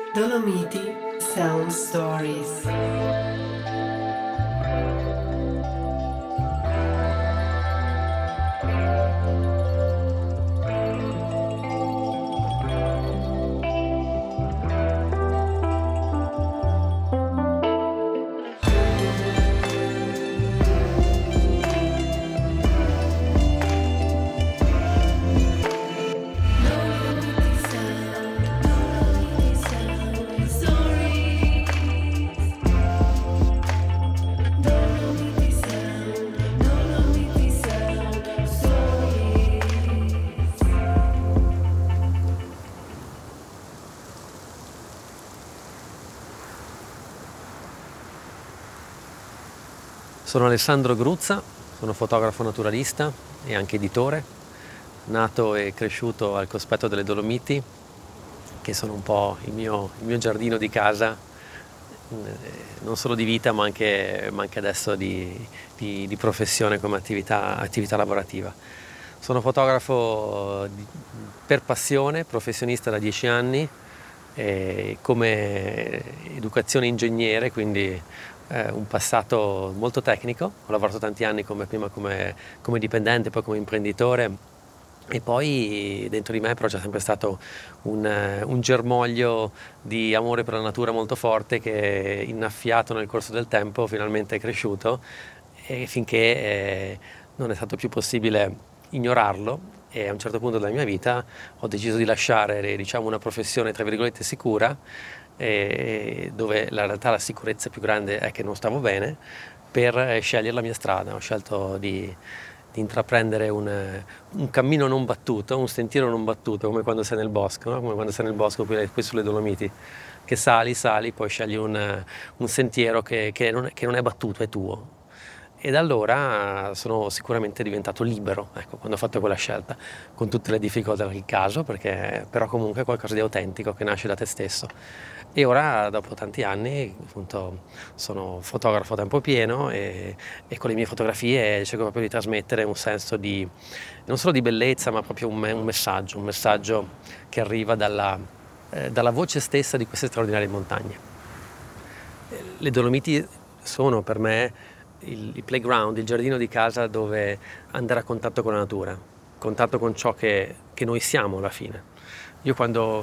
Dolomiti Sound Stories. Sono Alessandro Gruzza, sono fotografo naturalista e anche editore, nato e cresciuto al cospetto delle Dolomiti, che sono un po' il mio giardino di casa, non solo di vita ma anche adesso di professione come attività lavorativa. Sono fotografo per passione, professionista da 10 anni, come educazione ingegnere, quindi un passato molto tecnico. Ho lavorato tanti anni prima come dipendente, poi come imprenditore, e poi dentro di me però c'è sempre stato un germoglio di amore per la natura molto forte, che innaffiato nel corso del tempo finalmente è cresciuto, e finché non è stato più possibile ignorarlo, e a un certo punto della mia vita ho deciso di lasciare, diciamo, una professione tra virgolette sicura, dove in realtà la sicurezza più grande è che non stavo bene, per scegliere la mia strada. Ho scelto di intraprendere un cammino non battuto, un sentiero non battuto, come quando sei nel bosco, no? Come quando sei nel bosco qui sulle Dolomiti, che sali, poi scegli un sentiero che non è battuto, è tuo. E da allora sono sicuramente diventato libero, ecco, quando ho fatto quella scelta, con tutte le difficoltà del caso, perché però comunque è qualcosa di autentico che nasce da te stesso. E ora, dopo tanti anni, appunto, sono fotografo a tempo pieno, e con le mie fotografie cerco proprio di trasmettere un senso non solo di bellezza, ma proprio un messaggio che arriva dalla voce stessa di queste straordinarie montagne. Le Dolomiti sono per me il playground, il giardino di casa, dove andare a contatto con la natura, contatto con ciò che noi siamo alla fine. Io quando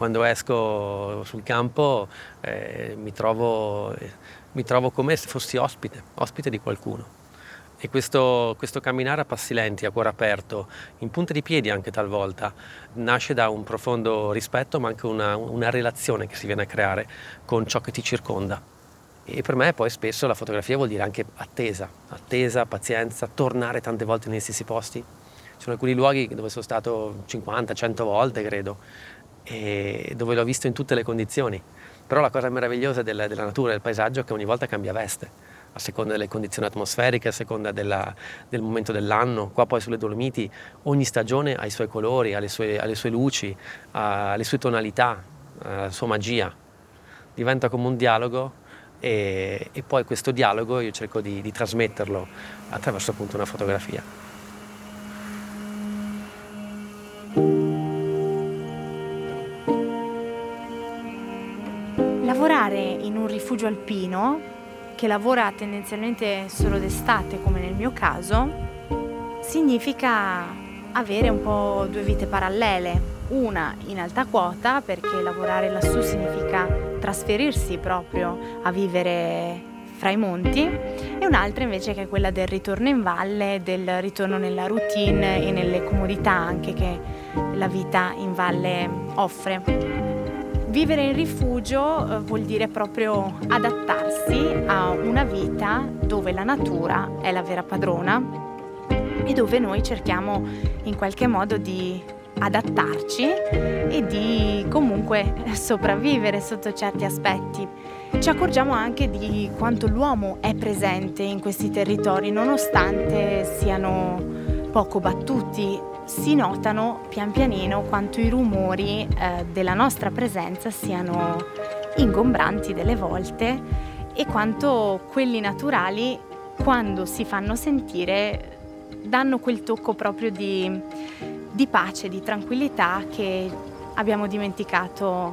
esco sul campo mi trovo come se fossi ospite di qualcuno. E questo camminare a passi lenti, a cuore aperto, in punta di piedi anche talvolta, nasce da un profondo rispetto, ma anche una relazione che si viene a creare con ciò che ti circonda. E per me poi spesso la fotografia vuol dire anche attesa, pazienza, tornare tante volte nei stessi posti. Ci sono alcuni luoghi dove sono stato 50, 100 volte, credo, e dove l'ho visto in tutte le condizioni. Però la cosa meravigliosa della natura, del paesaggio, è che ogni volta cambia veste, a seconda delle condizioni atmosferiche, a seconda del momento dell'anno. Qua poi sulle Dolomiti ogni stagione ha i suoi colori, ha le sue luci, ha le sue tonalità, ha la sua magia. Diventa come un dialogo. E poi questo dialogo io cerco di trasmetterlo attraverso appunto una fotografia. Lavorare in un rifugio alpino, che lavora tendenzialmente solo d'estate come nel mio caso, significa avere un po' due vite parallele. Una in alta quota, perché lavorare lassù significa trasferirsi proprio a vivere fra i monti, e un'altra invece che è quella del ritorno in valle, del ritorno nella routine e nelle comodità anche che la vita in valle offre. Vivere in rifugio vuol dire proprio adattarsi a una vita dove la natura è la vera padrona e dove noi cerchiamo in qualche modo di adattarci e di comunque sopravvivere sotto certi aspetti. Ci accorgiamo anche di quanto l'uomo è presente in questi territori, nonostante siano poco battuti. Si notano pian pianino quanto i rumori della nostra presenza siano ingombranti delle volte, e quanto quelli naturali, quando si fanno sentire, danno quel tocco proprio di pace, di tranquillità che abbiamo dimenticato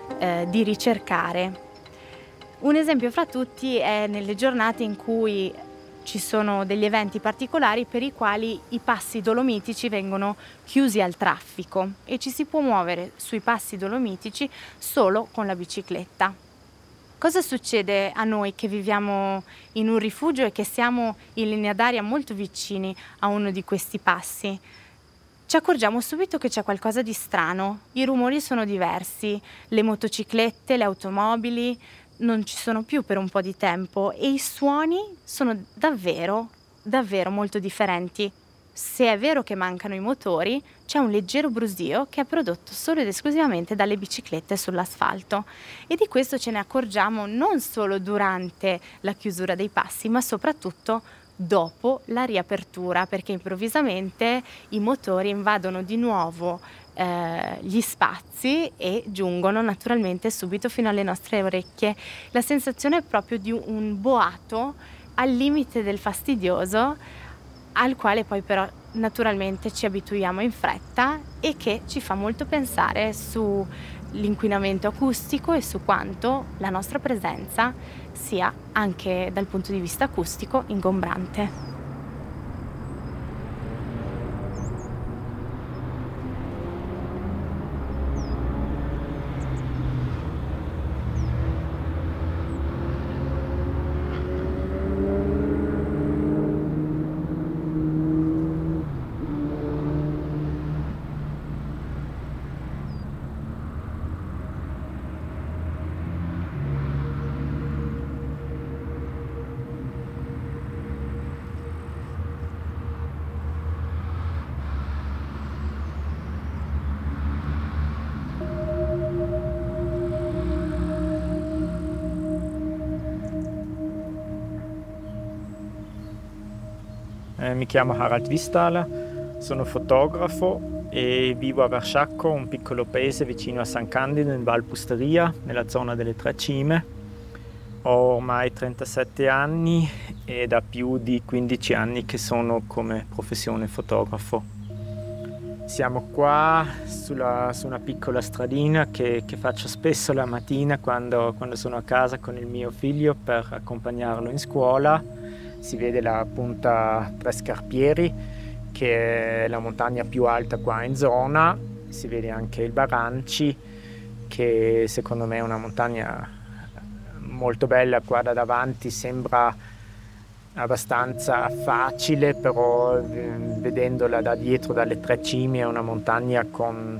di ricercare. Un esempio fra tutti è nelle giornate in cui ci sono degli eventi particolari per i quali i passi dolomitici vengono chiusi al traffico e ci si può muovere sui passi dolomitici solo con la bicicletta. Cosa succede a noi che viviamo in un rifugio e che siamo in linea d'aria molto vicini a uno di questi passi? Ci accorgiamo subito che c'è qualcosa di strano, i rumori sono diversi, le motociclette, le automobili non ci sono più per un po' di tempo e i suoni sono davvero molto differenti. Se è vero che mancano i motori, c'è un leggero brusio che è prodotto solo ed esclusivamente dalle biciclette sull'asfalto e di questo ce ne accorgiamo non solo durante la chiusura dei passi, ma soprattutto dopo la riapertura, perché improvvisamente i motori invadono di nuovo gli spazi e giungono naturalmente subito fino alle nostre orecchie. La sensazione è proprio di un boato al limite del fastidioso, al quale poi però naturalmente ci abituiamo in fretta e che ci fa molto pensare sull'inquinamento acustico e su quanto la nostra presenza sia anche dal punto di vista acustico ingombrante. Mi chiamo Harald Vistala, sono fotografo e vivo a Versciacco, un piccolo paese vicino a San Candido in Val Pusteria, nella zona delle Tre Cime. Ho ormai 37 anni e da più di 15 anni che sono come professione fotografo. Siamo qua su una piccola stradina che faccio spesso la mattina quando sono a casa con il mio figlio per accompagnarlo in scuola. Si vede la punta Tre Scarpieri, che è la montagna più alta qua in zona. Si vede anche il Baranci, che secondo me è una montagna molto bella. Qua da davanti sembra abbastanza facile, però vedendola da dietro dalle Tre Cime è una montagna con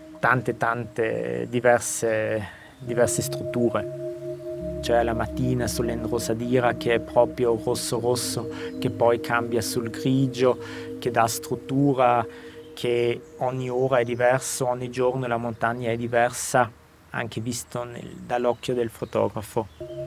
tante diverse strutture. C'è la mattina sull'Endrosadira che è proprio rosso che poi cambia sul grigio, che dà struttura, che ogni ora è diverso, ogni giorno la montagna è diversa, anche visto dall'occhio del fotografo.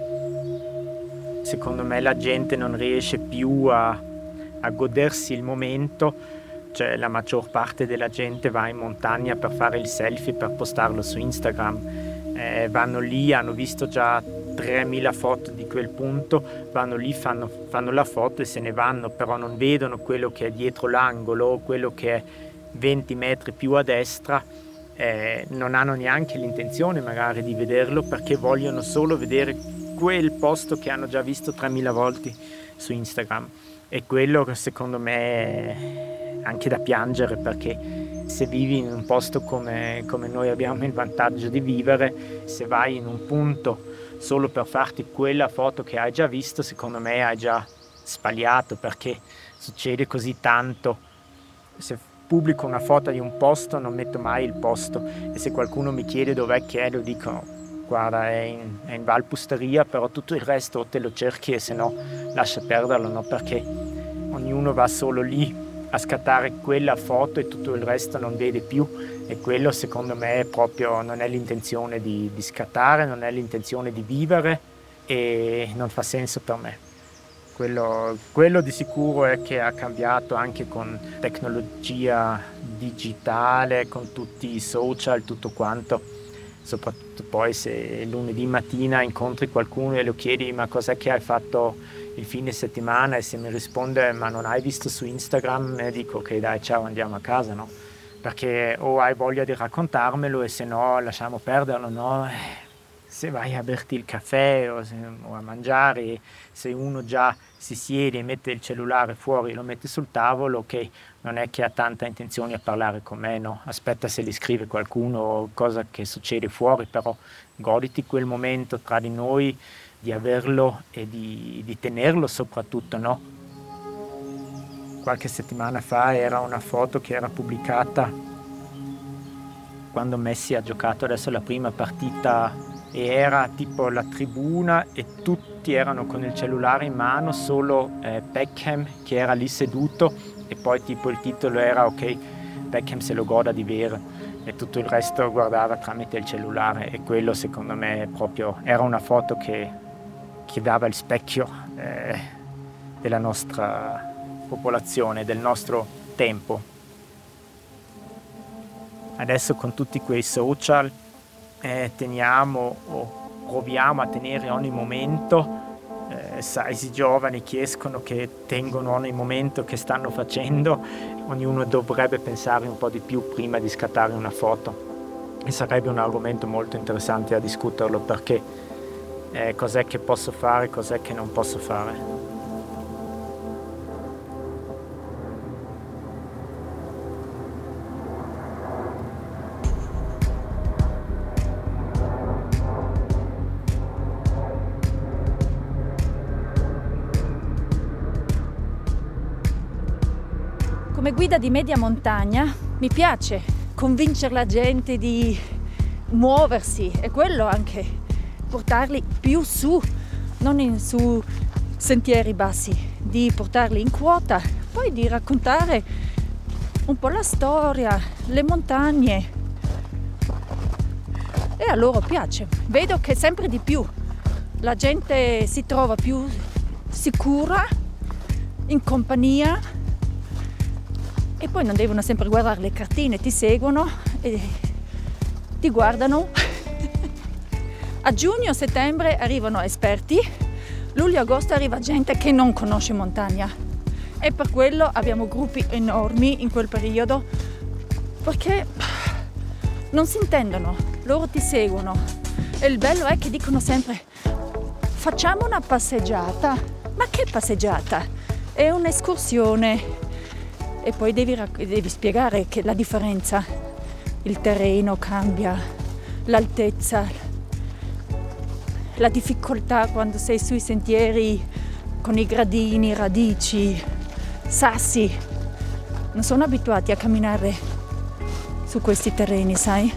Secondo me la gente non riesce più a godersi il momento, cioè la maggior parte della gente va in montagna per fare il selfie, per postarlo su Instagram. Vanno lì, hanno visto già 3000 foto di quel punto, vanno lì, fanno la foto e se ne vanno, però non vedono quello che è dietro l'angolo, quello che è 20 metri più a destra. Non hanno neanche l'intenzione magari di vederlo, perché vogliono solo vedere quel posto che hanno già visto 3000 volte su Instagram. E quello che secondo me è anche da piangere, perché se vivi in un posto come noi abbiamo il vantaggio di vivere, se vai in un punto solo per farti quella foto che hai già visto, secondo me hai già sbagliato, perché succede così tanto. Se pubblico una foto di un posto non metto mai il posto, e se qualcuno mi chiede dov'è che è, lo dico guarda è in Val Pusteria, però tutto il resto o te lo cerchi e se no lascia perderlo, no? Perché ognuno va solo lì a scattare quella foto e tutto il resto non vede più, e quello secondo me proprio non è l'intenzione di scattare, non è l'intenzione di vivere e non fa senso per me. Quello di sicuro è che ha cambiato anche con tecnologia digitale, con tutti i social, tutto quanto. Soprattutto poi se lunedì mattina incontri qualcuno e lo chiedi ma cos'è che hai fatto il fine settimana, e se mi risponde ma non hai visto su Instagram, e dico ok dai ciao, andiamo a casa, no? perché o hai voglia di raccontarmelo e se no lasciamo perderlo, no? Se vai a berti il caffè o a mangiare, se uno già si siede e mette il cellulare fuori, lo mette sul tavolo, ok, non è che ha tanta intenzione a parlare con me, no? Aspetta se gli scrive qualcuno o cosa che succede fuori, però goditi quel momento tra di noi, di averlo e di tenerlo soprattutto, no? Qualche settimana fa era una foto che era pubblicata quando Messi ha giocato adesso la prima partita e era tipo la tribuna e tutti erano con il cellulare in mano, solo Beckham che era lì seduto e poi tipo il titolo era ok, Beckham se lo goda di vero e tutto il resto guardava tramite il cellulare e quello secondo me proprio era una foto che dava il specchio della nostra popolazione, del nostro tempo. Adesso con tutti quei social teniamo o proviamo a tenere ogni momento, sai, i giovani che escono, che tengono ogni momento che stanno facendo, ognuno dovrebbe pensare un po' di più prima di scattare una foto e sarebbe un argomento molto interessante a discuterlo, perché cos'è che posso fare, cos'è che non posso fare. Come guida di media montagna mi piace convincere la gente di muoversi e quello anche, portarli più su, non su sentieri bassi, di portarli in quota, poi di raccontare un po' la storia, le montagne. E a loro piace. Vedo che sempre di più la gente si trova più sicura, in compagnia. E poi non devono sempre guardare le cartine, ti seguono e ti guardano. A giugno-settembre arrivano esperti, luglio-agosto arriva gente che non conosce montagna. E per quello abbiamo gruppi enormi in quel periodo, perché non si intendono, loro ti seguono. E il bello è che dicono sempre: facciamo una passeggiata. Ma che passeggiata? È un'escursione. E poi devi spiegare che la differenza, il terreno cambia, l'altezza, la difficoltà quando sei sui sentieri con i gradini, radici, sassi. Non sono abituati a camminare su questi terreni, sai?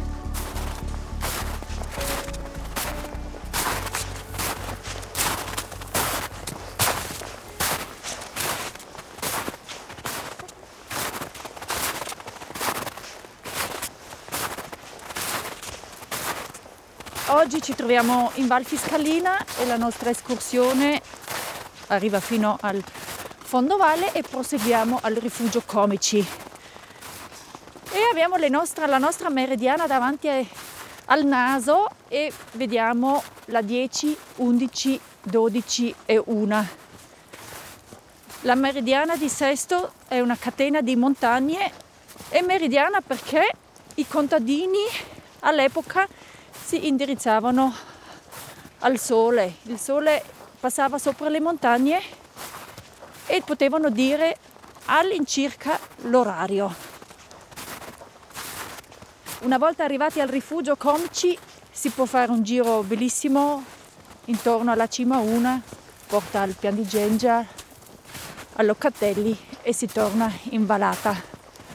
Oggi ci troviamo in Val Fiscalina e la nostra escursione arriva fino al fondovalle e proseguiamo al rifugio Comici. E abbiamo la nostra meridiana davanti al naso e vediamo la 10, 11, 12 e 1. La meridiana di Sesto è una catena di montagne, è meridiana perché i contadini all'epoca si indirizzavano al sole. Il sole passava sopra le montagne e potevano dire all'incirca l'orario. Una volta arrivati al rifugio Comici si può fare un giro bellissimo intorno alla cima 1, porta al Pian di Gengia, a Locatelli e si torna in vallata.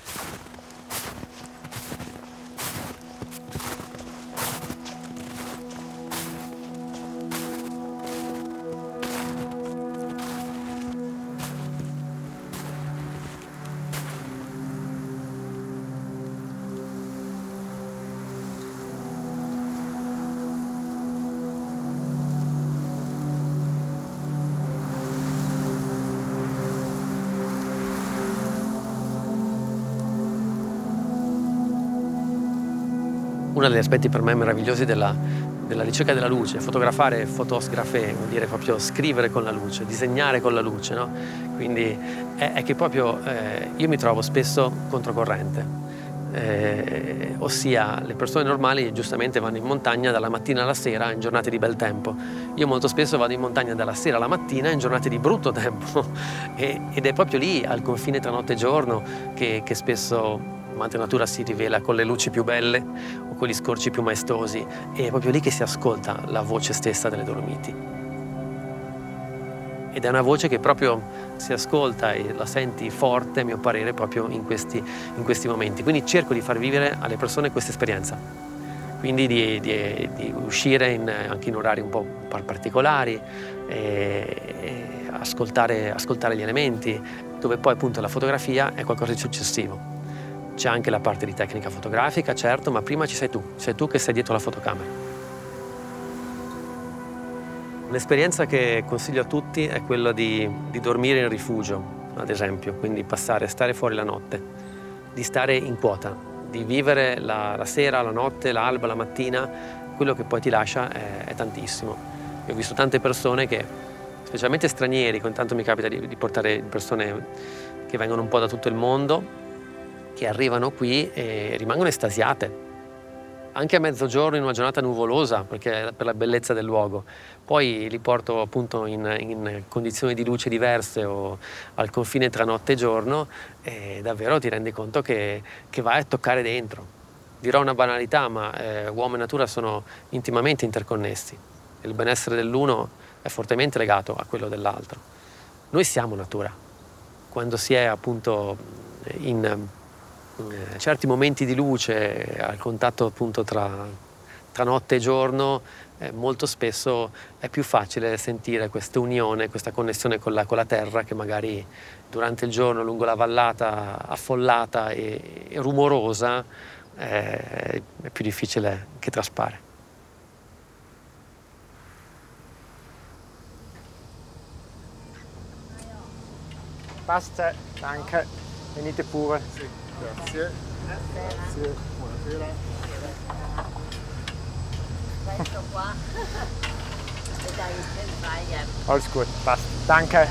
Uno degli aspetti per me meravigliosi della ricerca della luce, fotografare fotosgrafie, vuol dire proprio scrivere con la luce, disegnare con la luce, no? Quindi è che proprio io mi trovo spesso controcorrente. ossia le persone normali giustamente vanno in montagna dalla mattina alla sera in giornate di bel tempo. Io molto spesso vado in montagna dalla sera alla mattina in giornate di brutto tempo ed è proprio lì al confine tra notte e giorno che spesso Madre Natura si rivela con le luci più belle o con gli scorci più maestosi, e è proprio lì che si ascolta la voce stessa delle Dolomiti. Ed è una voce che proprio si ascolta e la senti forte, a mio parere, proprio in questi momenti. Quindi cerco di far vivere alle persone questa esperienza, quindi di uscire anche in orari un po' particolari, e ascoltare gli elementi, dove poi appunto la fotografia è qualcosa di successivo. C'è anche la parte di tecnica fotografica, certo, ma prima sei tu che sei dietro la fotocamera. L'esperienza che consiglio a tutti è quella di dormire in rifugio, ad esempio, quindi stare fuori la notte, di stare in quota, di vivere la sera, la notte, l'alba, la mattina. Quello che poi ti lascia è tantissimo. Io ho visto tante persone che, specialmente stranieri, con tanto mi capita di portare persone che vengono un po' da tutto il mondo, che arrivano qui e rimangono estasiate. Anche a mezzogiorno in una giornata nuvolosa, perché per la bellezza del luogo. Poi li porto appunto in condizioni di luce diverse o al confine tra notte e giorno, e davvero ti rendi conto che vai a toccare dentro. Dirò una banalità, ma uomo e natura sono intimamente interconnessi. Il benessere dell'uno è fortemente legato a quello dell'altro. Noi siamo natura. Quando si è appunto in certi momenti di luce, al contatto appunto tra notte e giorno, molto spesso è più facile sentire questa unione, questa connessione con la terra, che magari durante il giorno lungo la vallata affollata e rumorosa è più difficile che traspare. Basta, danke, venite pure. Sì, grazie. Grazie, buonasera. Questo qua e dai il Bayern. Alles gut, passt. Danke.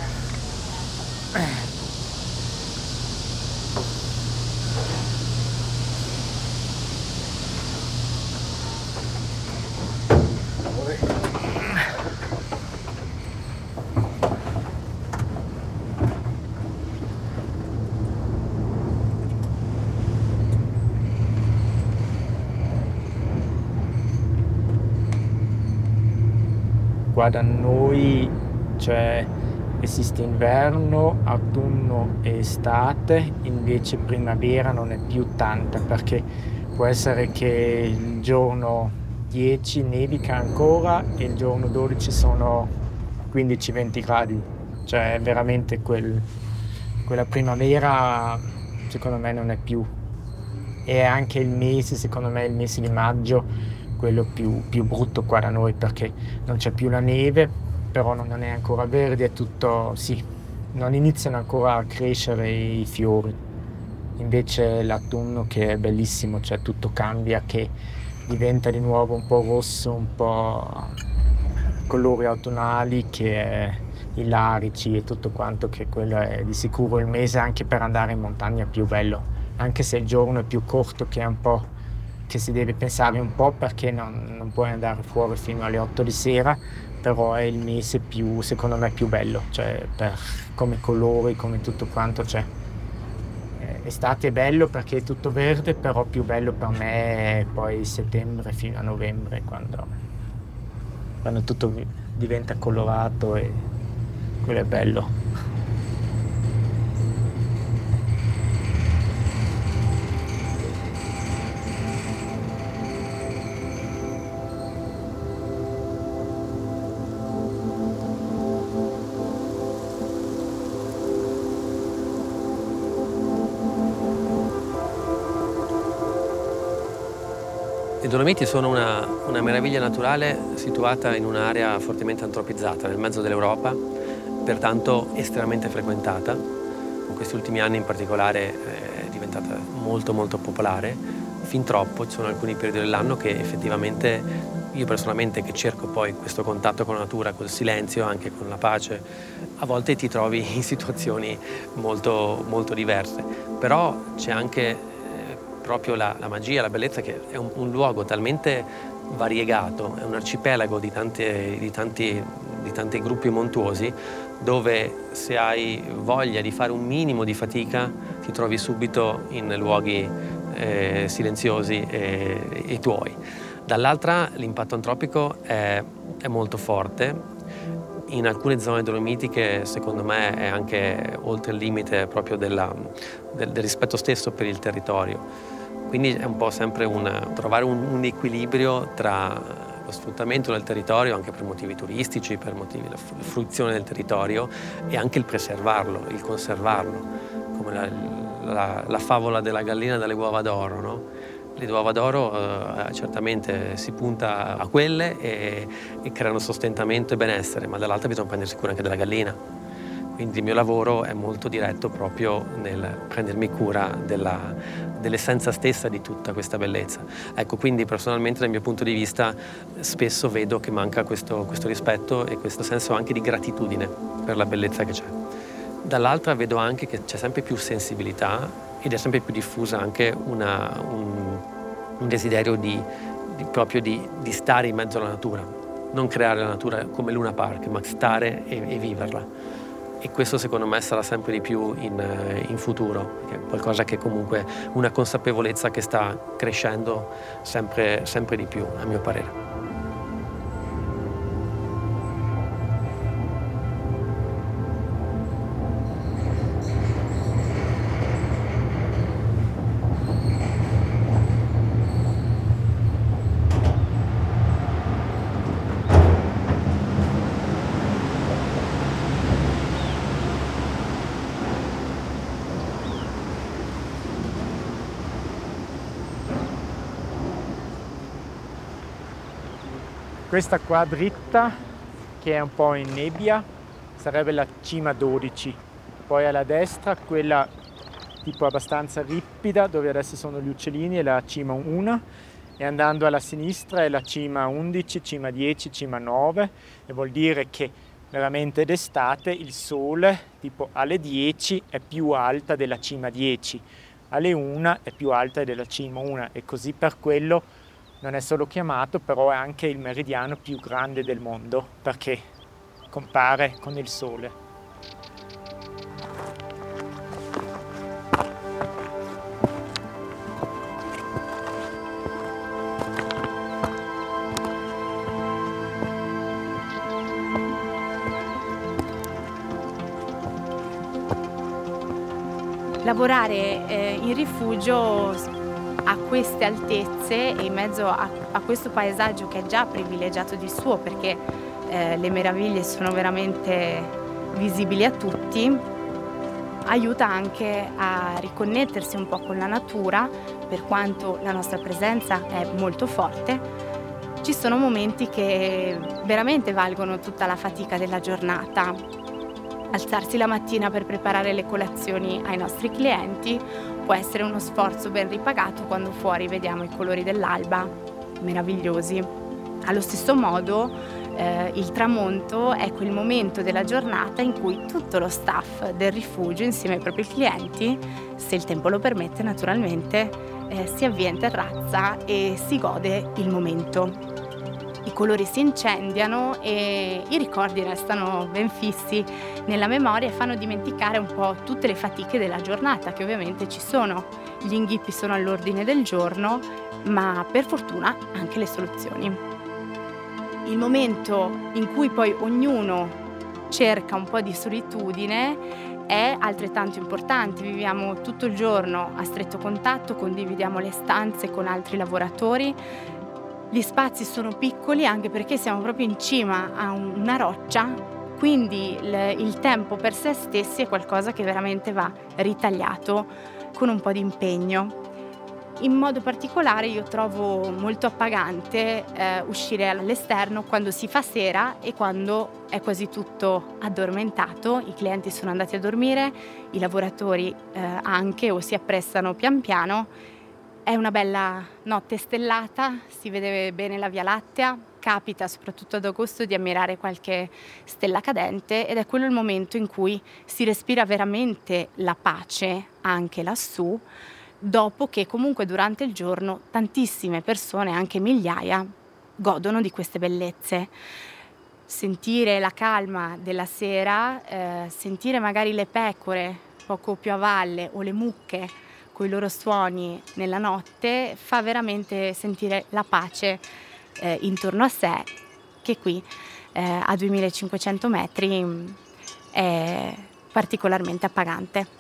Qua da noi esiste inverno, autunno e estate, invece primavera non è più tanta, perché può essere che il giorno 10 nevica ancora e il giorno 12 sono 15-20 gradi, cioè è veramente quella primavera secondo me non è più. E anche il mese, secondo me il mese di maggio, quello più brutto qua da noi, perché non c'è più la neve, però non è ancora verde, è tutto, sì, non iniziano ancora a crescere i fiori. Invece l'autunno, che è bellissimo, cioè tutto cambia, che diventa di nuovo un po' rosso, un po' colori autunnali, che è i larici e tutto quanto, che quello è di sicuro il mese anche per andare in montagna più bello, anche se il giorno è più corto, che è un po' che si deve pensare un po', perché non puoi andare fuori fino alle 8 di sera, però è il mese più, secondo me, più bello, cioè come colori, come tutto quanto, cioè estate è bello perché è tutto verde, però più bello per me è poi settembre fino a novembre, quando tutto diventa colorato, e quello è bello. Le Dolomiti sono una meraviglia naturale situata in un'area fortemente antropizzata, nel mezzo dell'Europa, pertanto estremamente frequentata. In questi ultimi anni in particolare è diventata molto molto popolare, fin troppo. Ci sono alcuni periodi dell'anno che effettivamente io personalmente, che cerco poi questo contatto con la natura, col silenzio, anche con la pace, a volte ti trovi in situazioni molto, molto diverse. Però c'è anche proprio la magia, la bellezza, che è un luogo talmente variegato, è un arcipelago di tanti gruppi montuosi, dove se hai voglia di fare un minimo di fatica ti trovi subito in luoghi silenziosi e tuoi. Dall'altra l'impatto antropico è molto forte. In alcune zone dolomitiche secondo me è anche oltre il limite proprio del rispetto stesso per il territorio. Quindi è un po' sempre trovare un equilibrio tra lo sfruttamento del territorio, anche per motivi turistici, per motivi la fruizione del territorio, e anche il preservarlo, il conservarlo, come la favola della gallina dalle uova d'oro, no? Le uova d'oro certamente si punta a quelle e creano sostentamento e benessere, ma dall'altra bisogna prendersi cura anche della gallina. Quindi il mio lavoro è molto diretto proprio nel prendermi cura dell'essenza stessa di tutta questa bellezza. Ecco, quindi personalmente dal mio punto di vista spesso vedo che manca questo rispetto e questo senso anche di gratitudine per la bellezza che c'è. Dall'altra vedo anche che c'è sempre più sensibilità ed è sempre più diffusa anche un desiderio proprio di stare in mezzo alla natura, non creare la natura come Luna Park, ma stare e viverla. E questo secondo me sarà sempre di più in futuro, che è qualcosa che comunque una consapevolezza che sta crescendo sempre di più, a mio parere. Questa qua dritta, che è un po' in nebbia, sarebbe la cima 12. Poi alla destra quella tipo abbastanza ripida, dove adesso sono gli uccellini, è la cima 1. E andando alla sinistra è la cima 11, cima 10, cima 9. E vuol dire che veramente d'estate il sole tipo alle 10 è più alta della cima 10, alle 1 è più alta della cima 1, e così per quello non è solo chiamato, però è anche il meridiano più grande del mondo, perché compare con il sole. Lavorare in rifugio a queste altezze e in mezzo a questo paesaggio che è già privilegiato di suo, perché le meraviglie sono veramente visibili a tutti, aiuta anche a riconnettersi un po' con la natura, per quanto la nostra presenza è molto forte. Ci sono momenti che veramente valgono tutta la fatica della giornata. Alzarsi la mattina per preparare le colazioni ai nostri clienti può essere uno sforzo ben ripagato quando fuori vediamo i colori dell'alba, meravigliosi. Allo stesso modo, il tramonto è quel momento della giornata in cui tutto lo staff del rifugio, insieme ai propri clienti, se il tempo lo permette naturalmente, si avvia in terrazza e si gode il momento. I colori si incendiano e i ricordi restano ben fissi nella memoria e fanno dimenticare un po' tutte le fatiche della giornata, che ovviamente ci sono. Gli inghippi sono all'ordine del giorno, ma per fortuna anche le soluzioni. Il momento in cui poi ognuno cerca un po' di solitudine è altrettanto importante. Viviamo tutto il giorno a stretto contatto, condividiamo le stanze con altri lavoratori. Gli spazi sono piccoli anche perché siamo proprio in cima a una roccia, quindi il tempo per se stessi è qualcosa che veramente va ritagliato con un po' di impegno. In modo particolare io trovo molto appagante uscire all'esterno quando si fa sera e quando è quasi tutto addormentato, i clienti sono andati a dormire, i lavoratori anche o si apprestano pian piano. È una bella notte stellata, si vede bene la Via Lattea, capita soprattutto ad agosto di ammirare qualche stella cadente ed è quello il momento in cui si respira veramente la pace anche lassù, dopo che comunque durante il giorno tantissime persone, anche migliaia, godono di queste bellezze. Sentire la calma della sera, sentire magari le pecore poco più a valle o le mucche con i loro suoni nella notte fa veramente sentire la pace intorno a sé, che qui a 2500 metri è particolarmente appagante.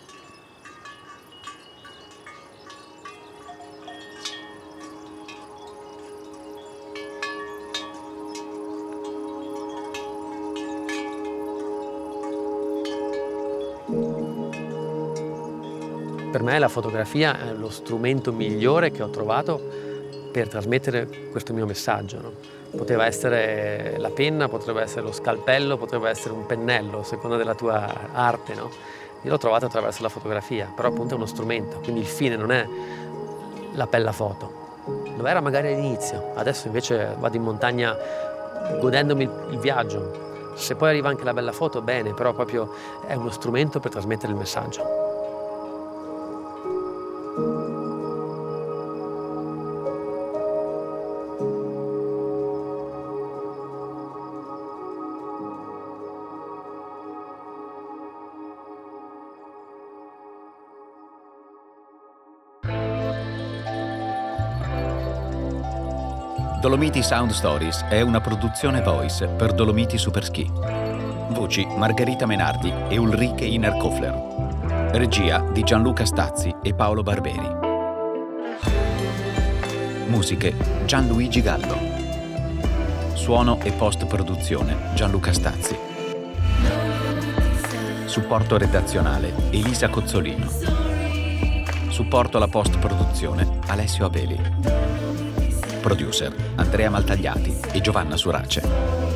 Per me la fotografia è lo strumento migliore che ho trovato per trasmettere questo mio messaggio, no? Poteva essere la penna, potrebbe essere lo scalpello, potrebbe essere un pennello, a seconda della tua arte, no? Io l'ho trovato attraverso la fotografia, però appunto è uno strumento, quindi il fine non è la bella foto. Lo era magari all'inizio, adesso invece vado in montagna godendomi il viaggio. Se poi arriva anche la bella foto, bene, però proprio è uno strumento per trasmettere il messaggio. Dolomiti Sound Stories è una produzione Voice per Dolomiti Superski. Voci Margherita Menardi e Ulrike Inner-Kofler. Regia di Gianluca Stazzi e Paolo Barberi. Musiche Gianluigi Gallo. Suono e post-produzione Gianluca Stazzi. Supporto redazionale Elisa Cozzolino. Supporto alla post-produzione Alessio Abeli. Producer Andrea Maltagliati e Giovanna Surace.